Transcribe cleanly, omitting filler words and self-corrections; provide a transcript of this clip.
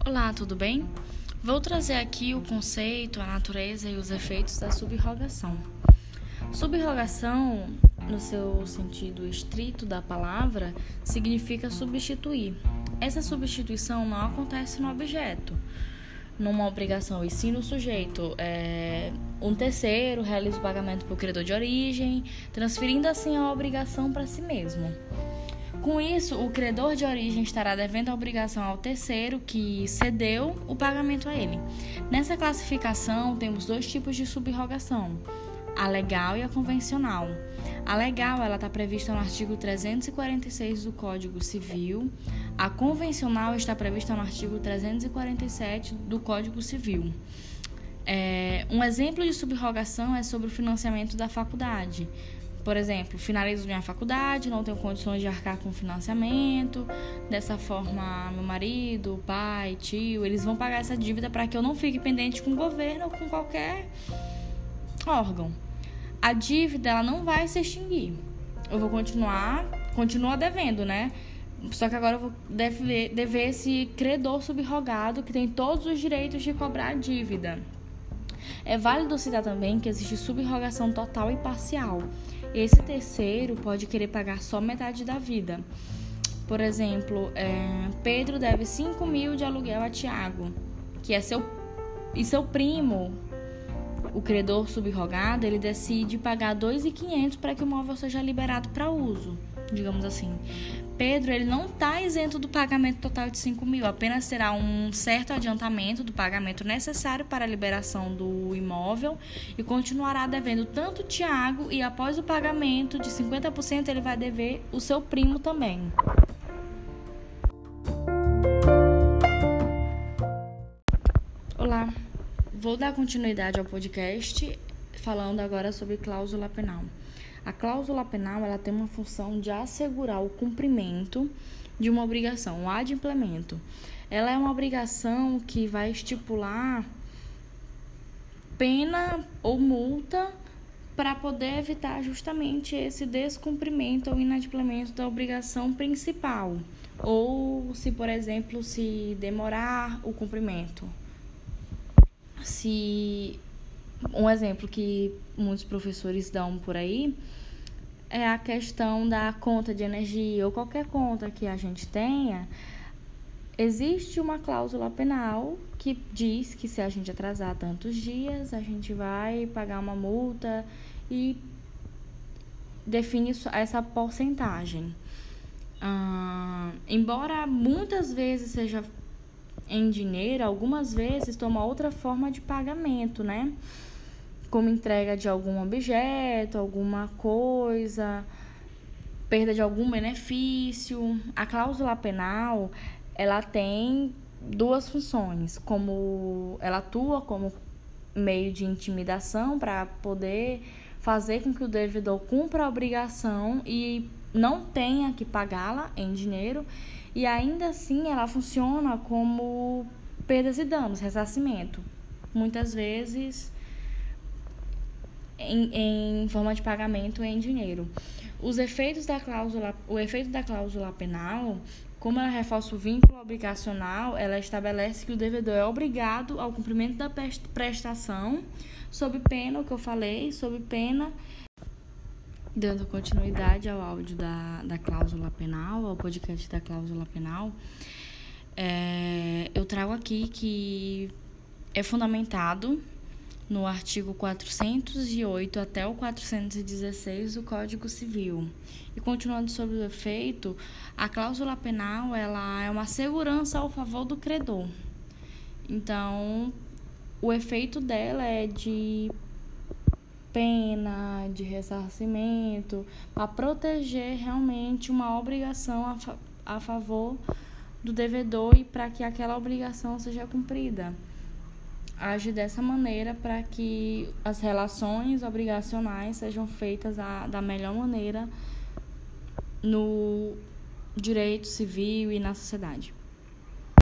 Olá, tudo bem? Vou trazer aqui o conceito, a natureza e os efeitos da subrogação. Subrogação, no seu sentido estrito da palavra, significa substituir. Essa substituição não acontece no objeto, numa obrigação, e sim no sujeito. Um terceiro realiza o pagamento para o credor de origem, transferindo assim a obrigação para si mesmo. Com isso, o credor de origem estará devendo a obrigação ao terceiro que cedeu o pagamento a ele. Nessa classificação, temos dois tipos de subrogação, a legal e a convencional. A legal está prevista no artigo 346 do Código Civil. A convencional está prevista no artigo 347 do Código Civil. Um exemplo de subrogação é sobre o financiamento da faculdade. Por exemplo, finalizo minha faculdade, não tenho condições de arcar com financiamento. Dessa forma, meu marido, pai, tio, eles vão pagar essa dívida para que eu não fique pendente com o governo ou com qualquer órgão. A dívida ela não vai se extinguir. Eu vou continua devendo, né? Só que agora eu vou dever esse credor subrogado que tem todos os direitos de cobrar a dívida. É válido citar também que existe subrogação total e parcial. Esse terceiro pode querer pagar só metade da vida. Por exemplo, Pedro deve 5.000 de aluguel a Tiago, que é seu primo, o credor subrogado, ele decide pagar 2.500 para que o imóvel seja liberado para uso, digamos assim. Pedro, ele não está isento do pagamento total de 5.000, apenas terá um certo adiantamento do pagamento necessário para a liberação do imóvel e continuará devendo tanto Tiago, e após o pagamento de 50% ele vai dever o seu primo também. Olá, vou dar continuidade ao podcast falando agora sobre cláusula penal. A cláusula penal ela tem uma função de assegurar o cumprimento de uma obrigação, o adimplemento. Ela é uma obrigação que vai estipular pena ou multa para poder evitar justamente esse descumprimento ou inadimplemento da obrigação principal. Ou se, por exemplo, se demorar o cumprimento. Um exemplo que muitos professores dão por aí é a questão da conta de energia ou qualquer conta que a gente tenha. Existe uma cláusula penal que diz que se a gente atrasar tantos dias, a gente vai pagar uma multa e define essa porcentagem. Embora muitas vezes seja em dinheiro, algumas vezes toma outra forma de pagamento, né? Como entrega de algum objeto, alguma coisa, perda de algum benefício. A cláusula penal, ela tem duas funções, ela atua como meio de intimidação para poder fazer com que o devedor cumpra a obrigação e não tenha que pagá-la em dinheiro, e ainda assim ela funciona como perdas e danos, ressarcimento, muitas vezes em forma de pagamento em dinheiro. O efeito da cláusula penal, como ela reforça o vínculo obrigacional, ela estabelece que o devedor é obrigado ao cumprimento da prestação, sob pena, o que eu falei, sob pena. Dando continuidade ao áudio da cláusula penal, ao podcast da cláusula penal, eu trago aqui que é fundamentado no artigo 408 até o 416 do Código Civil. E continuando sobre o efeito, a cláusula penal ela é uma segurança ao favor do credor. Então, o efeito dela é de pena, de ressarcimento, para proteger realmente uma obrigação a favor do devedor e para que aquela obrigação seja cumprida. Age dessa maneira para que as relações obrigacionais sejam feitas da melhor maneira no direito civil e na sociedade.